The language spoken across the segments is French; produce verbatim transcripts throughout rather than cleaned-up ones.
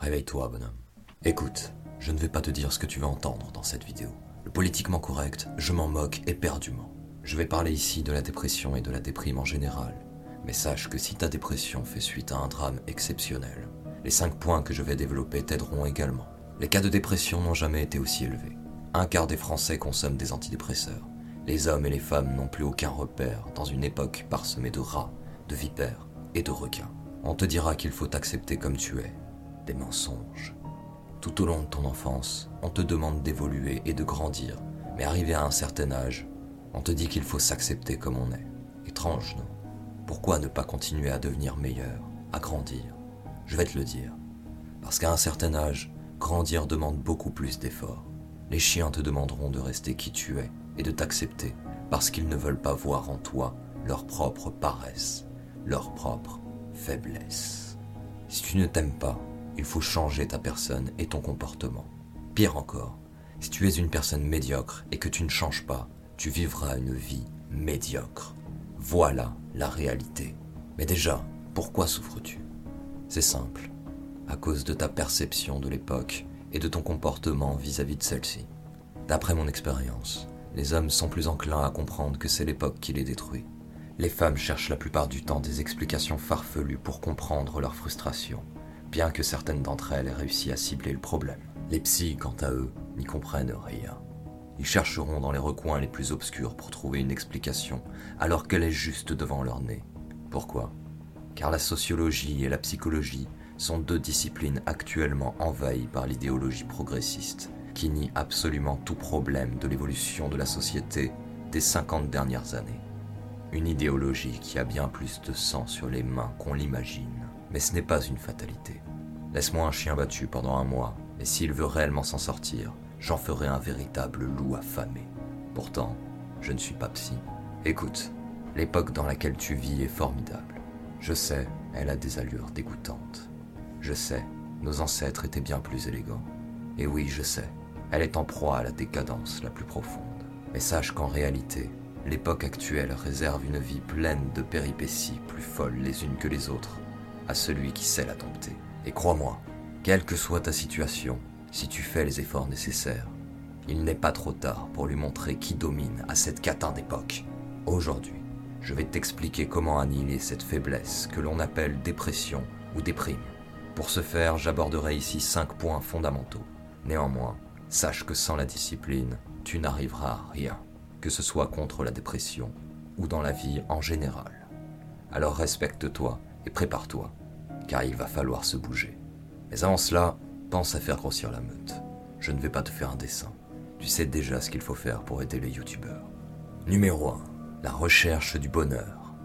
Réveille-toi, bonhomme. Écoute, je ne vais pas te dire ce que tu vas entendre dans cette vidéo. Le politiquement correct, je m'en moque éperdument. Je vais parler ici de la dépression et de la déprime en général. Mais sache que si ta dépression fait suite à un drame exceptionnel, les cinq points que je vais développer t'aideront également. Les cas de dépression n'ont jamais été aussi élevés. Un quart des Français consomment des antidépresseurs. Les hommes et les femmes n'ont plus aucun repère dans une époque parsemée de rats, de vipères et de requins. On te dira qu'il faut t'accepter comme tu es. Des mensonges. Tout au long de ton enfance, on te demande d'évoluer et de grandir, mais arrivé à un certain âge, on te dit qu'il faut s'accepter comme on est. Étrange, non? Pourquoi ne pas continuer à devenir meilleur, à grandir? Je vais te le dire. Parce qu'à un certain âge, grandir demande beaucoup plus d'efforts. Les chiens te demanderont de rester qui tu es et de t'accepter parce qu'ils ne veulent pas voir en toi leur propre paresse, leur propre faiblesse. Si tu ne t'aimes pas, il faut changer ta personne et ton comportement. Pire encore, si tu es une personne médiocre et que tu ne changes pas, tu vivras une vie médiocre. Voilà la réalité. Mais déjà, pourquoi souffres-tu? C'est simple, à cause de ta perception de l'époque et de ton comportement vis-à-vis de celle-ci. D'après mon expérience, les hommes sont plus enclins à comprendre que c'est l'époque qui les détruit. Les femmes cherchent la plupart du temps des explications farfelues pour comprendre leur frustration, bien que certaines d'entre elles aient réussi à cibler le problème. Les psys, quant à eux, n'y comprennent rien. Ils chercheront dans les recoins les plus obscurs pour trouver une explication, alors qu'elle est juste devant leur nez. Pourquoi? Car la sociologie et la psychologie sont deux disciplines actuellement envahies par l'idéologie progressiste, qui nie absolument tout problème de l'évolution de la société des cinquante dernières années. Une idéologie qui a bien plus de sang sur les mains qu'on l'imagine. Mais ce n'est pas une fatalité. Laisse-moi un chien battu pendant un mois, et s'il veut réellement s'en sortir, j'en ferai un véritable loup affamé. Pourtant, je ne suis pas psy. Écoute, l'époque dans laquelle tu vis est formidable. Je sais, elle a des allures dégoûtantes. Je sais, nos ancêtres étaient bien plus élégants. Et oui, je sais, elle est en proie à la décadence la plus profonde. Mais sache qu'en réalité, l'époque actuelle réserve une vie pleine de péripéties plus folles les unes que les autres à celui qui sait la dompter. Et crois-moi, quelle que soit ta situation, si tu fais les efforts nécessaires, il n'est pas trop tard pour lui montrer qui domine à cette catin d'époque. Aujourd'hui, je vais t'expliquer comment annihiler cette faiblesse que l'on appelle dépression ou déprime. Pour ce faire, j'aborderai ici cinq points fondamentaux. Néanmoins, sache que sans la discipline, tu n'arriveras à rien, que ce soit contre la dépression ou dans la vie en général. Alors respecte-toi et prépare-toi, car il va falloir se bouger. Mais avant cela, pense à faire grossir la meute. Je ne vais pas te faire un dessin. Tu sais déjà ce qu'il faut faire pour aider les youtubeurs. Numéro un. La recherche du bonheur.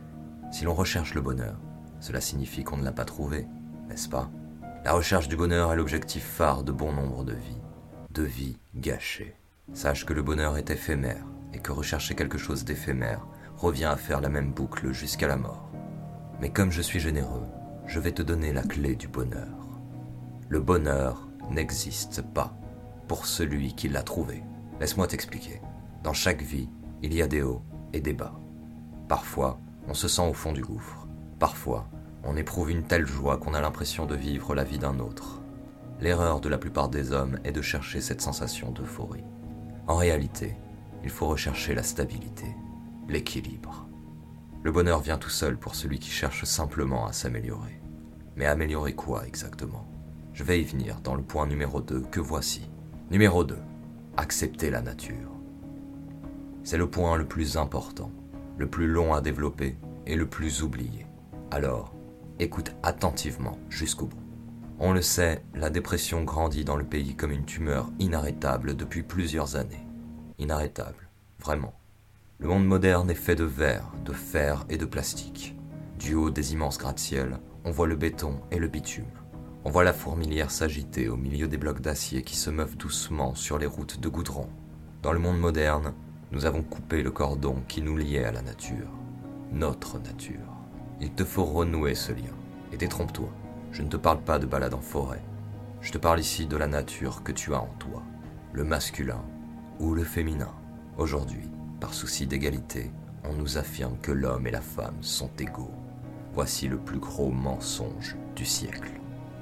Si l'on recherche le bonheur, cela signifie qu'on ne l'a pas trouvé, n'est-ce pas? La recherche du bonheur est l'objectif phare de bon nombre de vies. De vies gâchées. Sache que le bonheur est éphémère, et que rechercher quelque chose d'éphémère revient à faire la même boucle jusqu'à la mort. Mais comme je suis généreux, je vais te donner la clé du bonheur. Le bonheur n'existe pas pour celui qui l'a trouvé. Laisse-moi t'expliquer. Dans chaque vie, il y a des hauts et des bas. Parfois, on se sent au fond du gouffre. Parfois, on éprouve une telle joie qu'on a l'impression de vivre la vie d'un autre. L'erreur de la plupart des hommes est de chercher cette sensation d'euphorie. En réalité, il faut rechercher la stabilité, l'équilibre. Le bonheur vient tout seul pour celui qui cherche simplement à s'améliorer. Mais améliorer quoi exactement? Je vais y venir dans le point numéro deux que voici. Numéro deux. Accepter la nature. C'est le point le plus important, le plus long à développer et le plus oublié. Alors, écoute attentivement jusqu'au bout. On le sait, la dépression grandit dans le pays comme une tumeur inarrêtable depuis plusieurs années. Inarrêtable, vraiment. Le monde moderne est fait de verre, de fer et de plastique. Du haut des immenses gratte-ciel, on voit le béton et le bitume. On voit la fourmilière s'agiter au milieu des blocs d'acier qui se meuvent doucement sur les routes de goudron. Dans le monde moderne, nous avons coupé le cordon qui nous liait à la nature. Notre nature. Il te faut renouer ce lien. Et détrompe-toi, je ne te parle pas de balade en forêt. Je te parle ici de la nature que tu as en toi. Le masculin ou le féminin. Aujourd'hui, par souci d'égalité, on nous affirme que l'homme et la femme sont égaux. Voici le plus gros mensonge du siècle.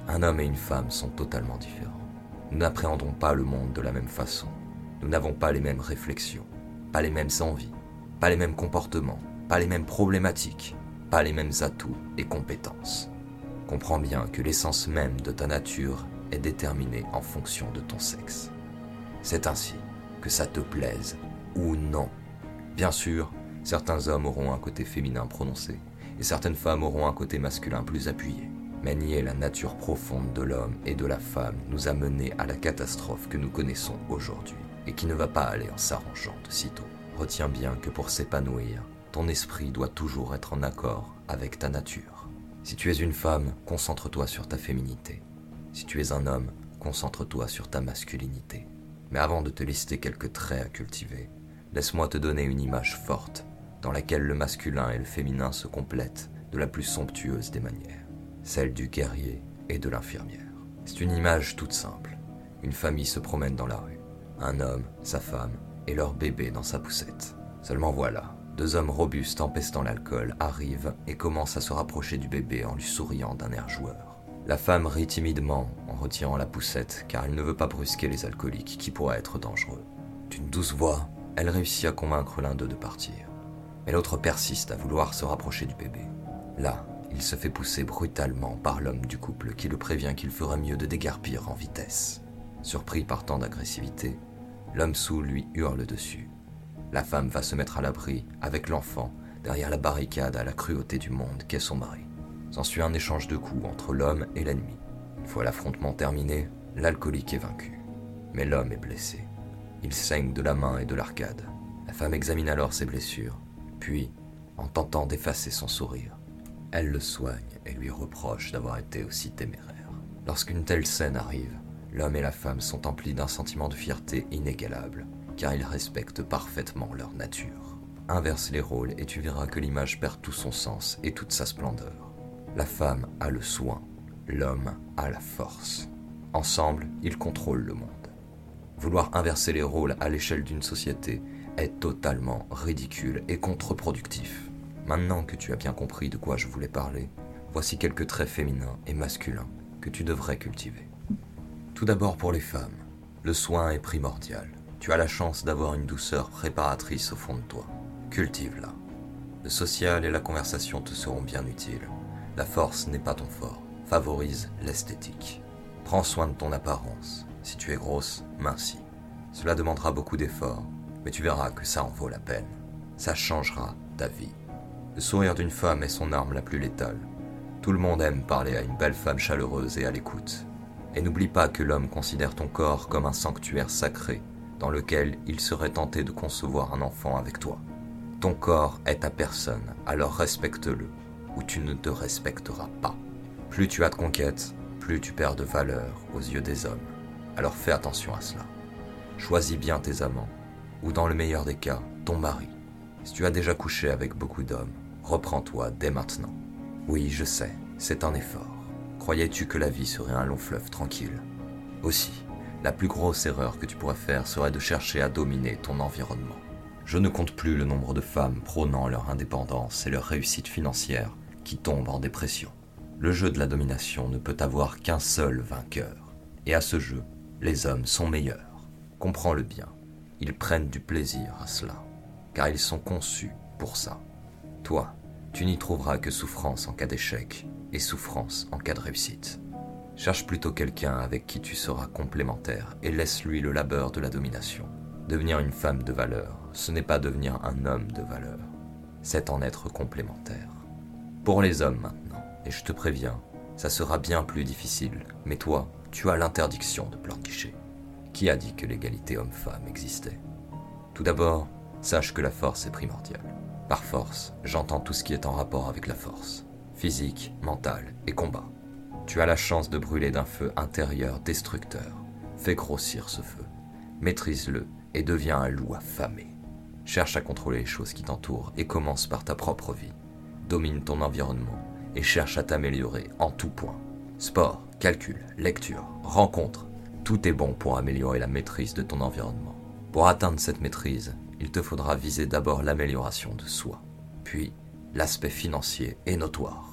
Un homme et une femme sont totalement différents. Nous n'appréhendons pas le monde de la même façon. Nous n'avons pas les mêmes réflexions, pas les mêmes envies, pas les mêmes comportements, pas les mêmes problématiques, pas les mêmes atouts et compétences. Comprends bien que l'essence même de ta nature est déterminée en fonction de ton sexe. C'est ainsi que ça te plaise ou non. Bien sûr, certains hommes auront un côté féminin prononcé et certaines femmes auront un côté masculin plus appuyé. Mais nier la nature profonde de l'homme et de la femme nous a menés à la catastrophe que nous connaissons aujourd'hui et qui ne va pas aller en s'arrangeant de sitôt. Retiens bien que pour s'épanouir, ton esprit doit toujours être en accord avec ta nature. Si tu es une femme, concentre-toi sur ta féminité. Si tu es un homme, concentre-toi sur ta masculinité. Mais avant de te lister quelques traits à cultiver, laisse-moi te donner une image forte dans laquelle le masculin et le féminin se complètent de la plus somptueuse des manières, celle du guerrier et de l'infirmière. C'est une image toute simple. Une famille se promène dans la rue. Un homme, sa femme et leur bébé dans sa poussette. Seulement voilà, deux hommes robustes empestant l'alcool arrivent et commencent à se rapprocher du bébé en lui souriant d'un air joueur. La femme rit timidement en retirant la poussette car elle ne veut pas brusquer les alcooliques qui pourraient être dangereux. D'une douce voix, elle réussit à convaincre l'un d'eux de partir. Mais l'autre persiste à vouloir se rapprocher du bébé. Là, il se fait pousser brutalement par l'homme du couple qui le prévient qu'il ferait mieux de déguerpir en vitesse. Surpris par tant d'agressivité, l'homme saoul lui hurle dessus. La femme va se mettre à l'abri, avec l'enfant, derrière la barricade à la cruauté du monde qu'est son mari. S'ensuit un échange de coups entre l'homme et l'ennemi. Une fois l'affrontement terminé, l'alcoolique est vaincu. Mais l'homme est blessé. Il saigne de la main et de l'arcade. La femme examine alors ses blessures, puis, en tentant d'effacer son sourire, elle le soigne et lui reproche d'avoir été aussi téméraire. Lorsqu'une telle scène arrive, l'homme et la femme sont emplis d'un sentiment de fierté inégalable, car ils respectent parfaitement leur nature. Inverse les rôles et tu verras que l'image perd tout son sens et toute sa splendeur. La femme a le soin, l'homme a la force. Ensemble, ils contrôlent le monde. Vouloir inverser les rôles à l'échelle d'une société est totalement ridicule et contre-productif. Maintenant que tu as bien compris de quoi je voulais parler, voici quelques traits féminins et masculins que tu devrais cultiver. Tout d'abord pour les femmes, le soin est primordial. Tu as la chance d'avoir une douceur préparatrice au fond de toi. Cultive-la. Le social et la conversation te seront bien utiles. La force n'est pas ton fort. Favorise l'esthétique. Prends soin de ton apparence. Si tu es grosse, mincis. Cela demandera beaucoup d'efforts, mais tu verras que ça en vaut la peine. Ça changera ta vie. Le sourire d'une femme est son arme la plus létale. Tout le monde aime parler à une belle femme chaleureuse et à l'écoute. Et n'oublie pas que l'homme considère ton corps comme un sanctuaire sacré dans lequel il serait tenté de concevoir un enfant avec toi. Ton corps est ta personne, alors respecte-le, ou tu ne te respecteras pas. Plus tu as de conquêtes, plus tu perds de valeur aux yeux des hommes. Alors fais attention à cela. Choisis bien tes amants, ou dans le meilleur des cas, ton mari. Si tu as déjà couché avec beaucoup d'hommes, reprends-toi dès maintenant. Oui, je sais, c'est un effort. Croyais-tu que la vie serait un long fleuve tranquille? Aussi, la plus grosse erreur que tu pourrais faire serait de chercher à dominer ton environnement. Je ne compte plus le nombre de femmes prônant leur indépendance et leur réussite financière qui tombent en dépression. Le jeu de la domination ne peut avoir qu'un seul vainqueur. Et à ce jeu, les hommes sont meilleurs. Comprends-le bien, ils prennent du plaisir à cela, car ils sont conçus pour ça. Toi, tu n'y trouveras que souffrance en cas d'échec et souffrance en cas de réussite. Cherche plutôt quelqu'un avec qui tu seras complémentaire et laisse-lui le labeur de la domination. Devenir une femme de valeur, ce n'est pas devenir un homme de valeur, c'est en être complémentaire. Pour les hommes maintenant, et je te préviens, ça sera bien plus difficile, mais toi, tu as l'interdiction de pleurnicher. Qui a dit que l'égalité homme-femme existait? Tout d'abord, sache que la force est primordiale. Par force, j'entends tout ce qui est en rapport avec la force, physique, mentale et combat. Tu as la chance de brûler d'un feu intérieur destructeur. Fais grossir ce feu, maîtrise-le et deviens un loup affamé. Cherche à contrôler les choses qui t'entourent et commence par ta propre vie. Domine ton environnement et cherche à t'améliorer en tout point. Sport, calcul, lecture, rencontre, tout est bon pour améliorer la maîtrise de ton environnement. Pour atteindre cette maîtrise, il te faudra viser d'abord l'amélioration de soi. Puis, l'aspect financier est notoire.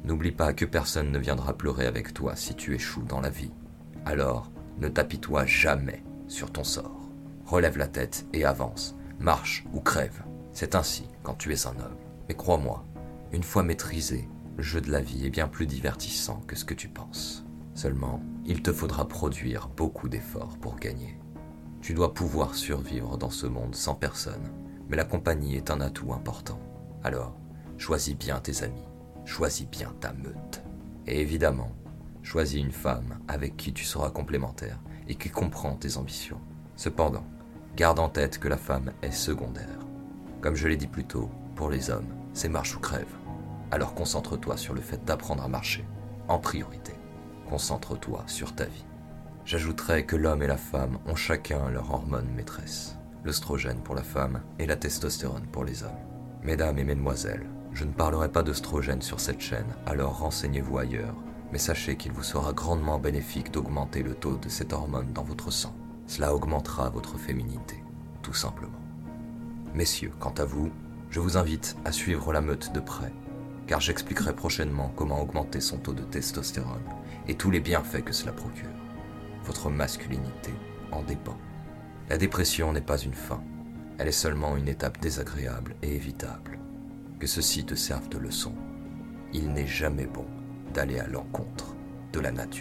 N'oublie pas que personne ne viendra pleurer avec toi si tu échoues dans la vie. Alors, ne t'apitoie jamais sur ton sort. Relève la tête et avance, marche ou crève. C'est ainsi quand tu es un homme. Mais crois-moi, une fois maîtrisé, le jeu de la vie est bien plus divertissant que ce que tu penses. Seulement, il te faudra produire beaucoup d'efforts pour gagner. Tu dois pouvoir survivre dans ce monde sans personne, mais la compagnie est un atout important. Alors, choisis bien tes amis, choisis bien ta meute. Et évidemment, choisis une femme avec qui tu seras complémentaire et qui comprend tes ambitions. Cependant, garde en tête que la femme est secondaire. Comme je l'ai dit plus tôt, pour les hommes, c'est marche ou crève. Alors concentre-toi sur le fait d'apprendre à marcher, en priorité. Concentre-toi sur ta vie. J'ajouterais que l'homme et la femme ont chacun leur hormone maîtresse. L'œstrogène pour la femme et la testostérone pour les hommes. Mesdames et mesdemoiselles, je ne parlerai pas d'œstrogène sur cette chaîne, alors renseignez-vous ailleurs, mais sachez qu'il vous sera grandement bénéfique d'augmenter le taux de cette hormone dans votre sang. Cela augmentera votre féminité, tout simplement. Messieurs, quant à vous, je vous invite à suivre la meute de près, car j'expliquerai prochainement comment augmenter son taux de testostérone et tous les bienfaits que cela procure. Votre masculinité en dépend. La dépression n'est pas une fin, elle est seulement une étape désagréable et évitable. Que ceci te serve de leçon. Il n'est jamais bon d'aller à l'encontre de la nature.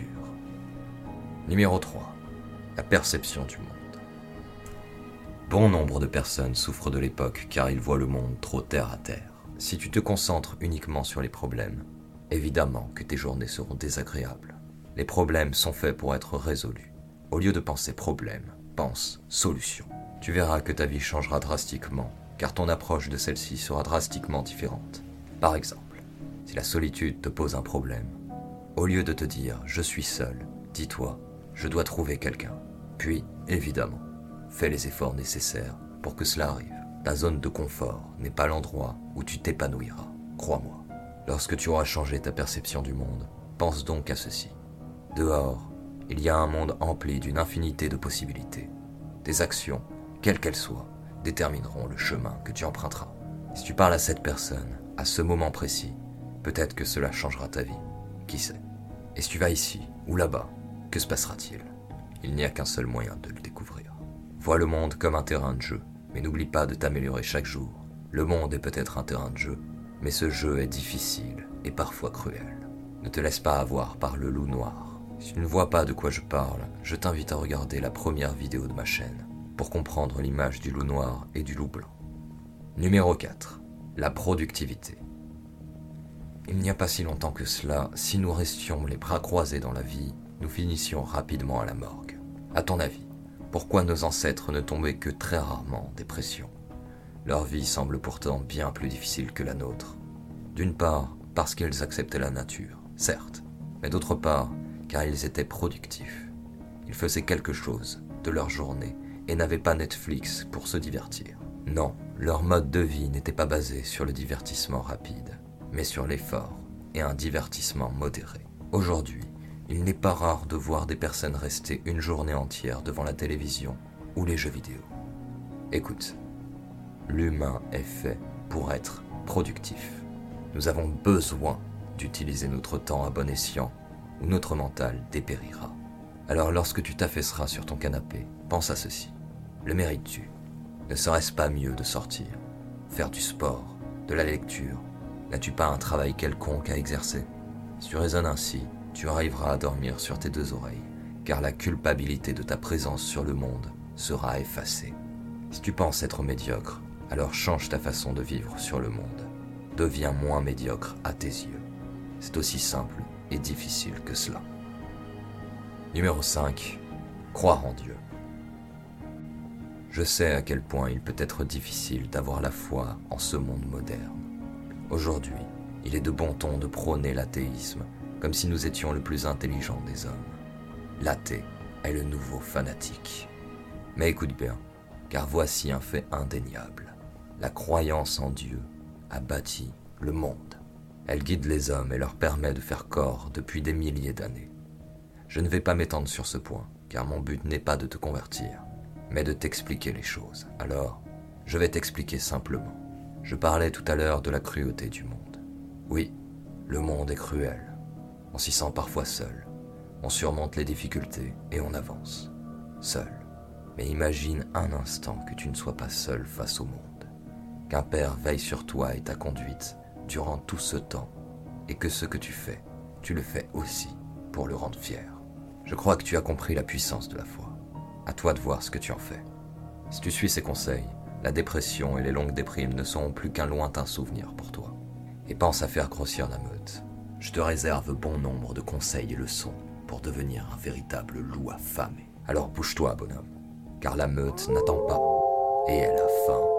Numéro trois. La perception du monde. Bon nombre de personnes souffrent de l'époque car ils voient le monde trop terre à terre. Si tu te concentres uniquement sur les problèmes, évidemment que tes journées seront désagréables. Les problèmes sont faits pour être résolus. Au lieu de penser problème, pense solution. Tu verras que ta vie changera drastiquement, car ton approche de celle-ci sera drastiquement différente. Par exemple, si la solitude te pose un problème, au lieu de te dire « je suis seul », dis-toi « je dois trouver quelqu'un ». Puis, évidemment, fais les efforts nécessaires pour que cela arrive. Ta zone de confort n'est pas l'endroit où tu t'épanouiras, crois-moi. Lorsque tu auras changé ta perception du monde, pense donc à ceci. Dehors, il y a un monde empli d'une infinité de possibilités. Tes actions, quelles qu'elles soient, détermineront le chemin que tu emprunteras. Si tu parles à cette personne, à ce moment précis, peut-être que cela changera ta vie. Qui sait? Et si tu vas ici ou là-bas, que se passera-t-il? Il n'y a qu'un seul moyen de le découvrir. Vois le monde comme un terrain de jeu, mais n'oublie pas de t'améliorer chaque jour. Le monde est peut-être un terrain de jeu, mais ce jeu est difficile et parfois cruel. Ne te laisse pas avoir par le loup noir. Si tu ne vois pas de quoi je parle, je t'invite à regarder la première vidéo de ma chaîne pour comprendre l'image du loup noir et du loup blanc. Numéro quatre. La productivité. Il n'y a pas si longtemps que cela, si nous restions les bras croisés dans la vie, nous finissions rapidement à la morgue. À ton avis, pourquoi nos ancêtres ne tombaient que très rarement en dépression? Leur vie semble pourtant bien plus difficile que la nôtre. D'une part, parce qu'ils acceptaient la nature, certes, mais d'autre part, car ils étaient productifs. Ils faisaient quelque chose de leur journée et n'avaient pas Netflix pour se divertir. Non, leur mode de vie n'était pas basé sur le divertissement rapide, mais sur l'effort et un divertissement modéré. Aujourd'hui, il n'est pas rare de voir des personnes rester une journée entière devant la télévision ou les jeux vidéo. Écoute, l'humain est fait pour être productif. Nous avons besoin d'utiliser notre temps à bon escient ou notre mental dépérira. Alors lorsque tu t'affaisseras sur ton canapé, pense à ceci. Le mérites-tu? Ne serait-ce pas mieux de sortir, faire du sport, de la lecture? N'as-tu pas un travail quelconque à exercer? Si tu raisonnes ainsi, tu arriveras à dormir sur tes deux oreilles, car la culpabilité de ta présence sur le monde sera effacée. Si tu penses être médiocre, alors change ta façon de vivre sur le monde. Deviens moins médiocre à tes yeux. C'est aussi simple et difficile que cela. Numéro cinq. Croire en Dieu. Je sais à quel point il peut être difficile d'avoir la foi en ce monde moderne. Aujourd'hui, il est de bon ton de prôner l'athéisme, comme si nous étions le plus intelligent des hommes. L'athée est le nouveau fanatique. Mais écoute bien, car voici un fait indéniable. La croyance en Dieu a bâti le monde. Elle guide les hommes et leur permet de faire corps depuis des milliers d'années. Je ne vais pas m'étendre sur ce point, car mon but n'est pas de te convertir, mais de t'expliquer les choses. Alors, je vais t'expliquer simplement. Je parlais tout à l'heure de la cruauté du monde. Oui, Le monde est cruel. On s'y sent parfois seul. On surmonte les difficultés et on avance. Seul. Mais imagine un instant que tu ne sois pas seul face au monde. Qu'un père veille sur toi et ta conduite durant tout ce temps. Et que ce que tu fais, tu le fais aussi pour le rendre fier. Je crois que tu as compris la puissance de la foi. À toi de voir ce que tu en fais. Si tu suis ces conseils, la dépression et les longues déprimes ne seront plus qu'un lointain souvenir pour toi. Et pense à faire grossir la meute. Je te réserve bon nombre de conseils et leçons pour devenir un véritable loup affamé. Alors bouge-toi, bonhomme, car la meute n'attend pas, et elle a faim.